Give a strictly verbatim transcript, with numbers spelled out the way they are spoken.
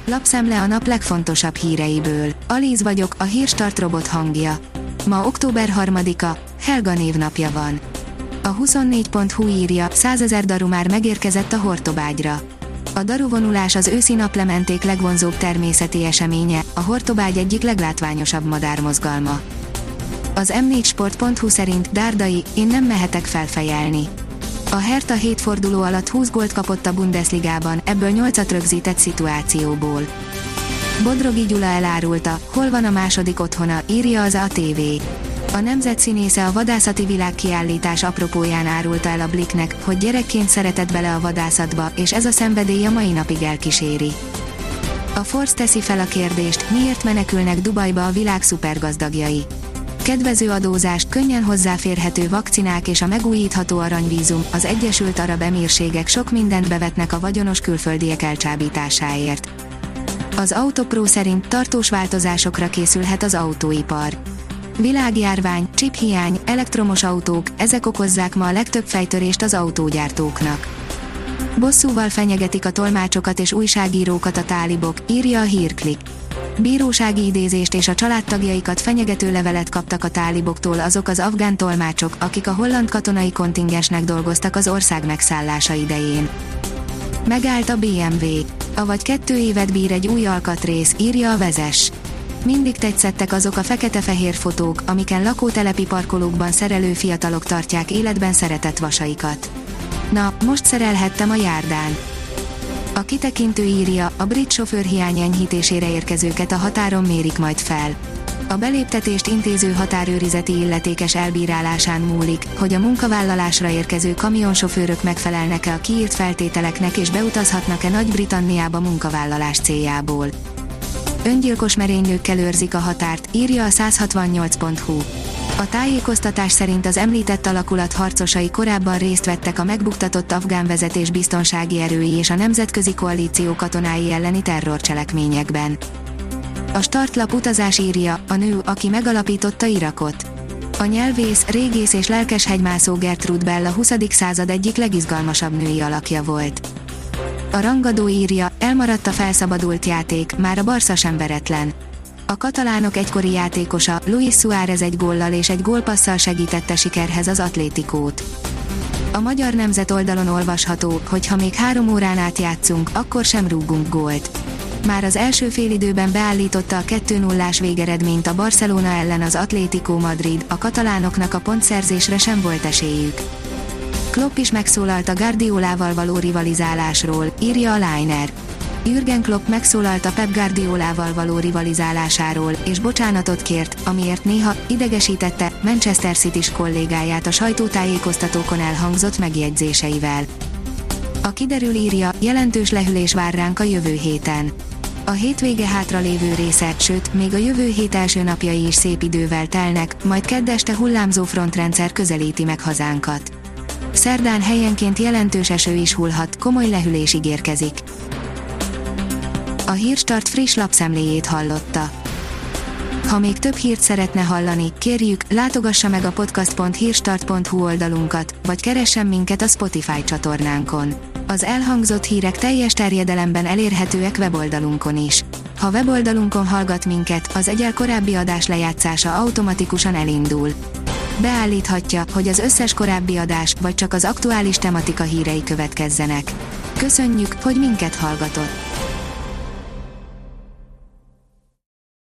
Lapszemle a nap legfontosabb híreiből. Alíz vagyok, a Hírstart robot hangja. Ma október harmadika, Helga névnapja van. A huszonnégy pont hu írja, százezer daru már megérkezett a Hortobágyra. A daruvonulás az őszi naplementék legvonzóbb természeti eseménye, a Hortobágy egyik leglátványosabb madármozgalma. Az em négy sport pont hu szerint Dárdai, én nem mehetek felfejelni. A Hertha hét forduló alatt húsz gólt kapott a Bundesligában, ebből nyolcat rögzített szituációból. Bodrogi Gyula elárulta, hol van a második otthona, írja az á té vé. A nemzet színésze a vadászati világkiállítás apropóján árulta el a Blicknek, hogy gyerekként szeretett bele a vadászatba, és ez a szenvedély a mai napig elkíséri. A Force teszi fel a kérdést, miért menekülnek Dubajba a világ szupergazdagjai. Kedvező adózás, könnyen hozzáférhető vakcinák és a megújítható aranyvízum, az Egyesült Arab Emírségek sok mindent bevetnek a vagyonos külföldiek elcsábításáért. Az Autopro szerint tartós változásokra készülhet az autóipar. Világjárvány, chiphiány, elektromos autók, ezek okozzák ma a legtöbb fejtörést az autógyártóknak. Bosszúval fenyegetik a tolmácsokat és újságírókat a tálibok, írja a Hírklik. Bírósági idézést és a családtagjaikat fenyegető levelet kaptak a táliboktól azok az afgán tolmácsok, akik a holland katonai kontingensnek dolgoztak az ország megszállása idején. Megállt a bé em vé. Avagy kettő évet bír egy új alkatrész, írja a Vezes. Mindig tetszettek azok a fekete-fehér fotók, amiken lakótelepi parkolókban szerelő fiatalok tartják életben szeretett vasaikat. Na, most szerelhettem a járdán. A kitekintő írja, a brit sofőrhiány enyhítésére érkezőket a határon mérik majd fel. A beléptetést intéző határőrizeti illetékes elbírálásán múlik, hogy a munkavállalásra érkező kamionsofőrök megfelelnek-e a kiírt feltételeknek és beutazhatnak-e Nagy-Britanniába munkavállalás céljából. Öngyilkos merénylőkkel őrzik a határt, írja a száz hatvannyolc pont hu. A tájékoztatás szerint az említett alakulat harcosai korábban részt vettek a megbuktatott afgán vezetés biztonsági erői és a nemzetközi koalíció katonái elleni terrorcselekményekben. A startlap utazás írja, a nő, aki megalapította Irakot. A nyelvész, régész és lelkes hegymászó Gertrude Bell a huszadik század egyik legizgalmasabb női alakja volt. A rangadó írja, elmaradt a felszabadult játék, már a Barca sem veretlen. A katalánok egykori játékosa, Luis Suárez egy góllal és egy gólpasszal segítette sikerhez az Atlétikót. A Magyar Nemzet oldalon olvasható, hogy ha még három órán át játszunk, akkor sem rúgunk gólt. Már az első félidőben beállította a kettő nullás végeredményt a Barcelona ellen az Atlético Madrid, a katalánoknak a pontszerzésre sem volt esélyük. Klopp is megszólalt a Guardiolával való rivalizálásról, írja a Liner. Jürgen Klopp megszólalt a Pep Guardiolával való rivalizálásáról, és bocsánatot kért, amiért néha idegesítette Manchester City-s kollégáját a sajtótájékoztatókon elhangzott megjegyzéseivel. A kiderül írja, jelentős lehűlés vár ránk a jövő héten. A hétvége hátralévő része, sőt, még a jövő hét első napjai is szép idővel telnek, majd kedd este hullámzó frontrendszer közelíti meg hazánkat. Szerdán helyenként jelentős eső is hullhat, komoly lehűlés ígérkezik. A Hírstart friss lapszemléjét hallotta. Ha még több hírt szeretne hallani, kérjük, látogassa meg a podcast pont hírstart pont hu oldalunkat, vagy keressen minket a Spotify csatornánkon. Az elhangzott hírek teljes terjedelemben elérhetőek weboldalunkon is. Ha weboldalunkon hallgat minket, az egyel korábbi adás lejátszása automatikusan elindul. Beállíthatja, hogy az összes korábbi adás, vagy csak az aktuális tematika hírei következzenek. Köszönjük, hogy minket hallgatott!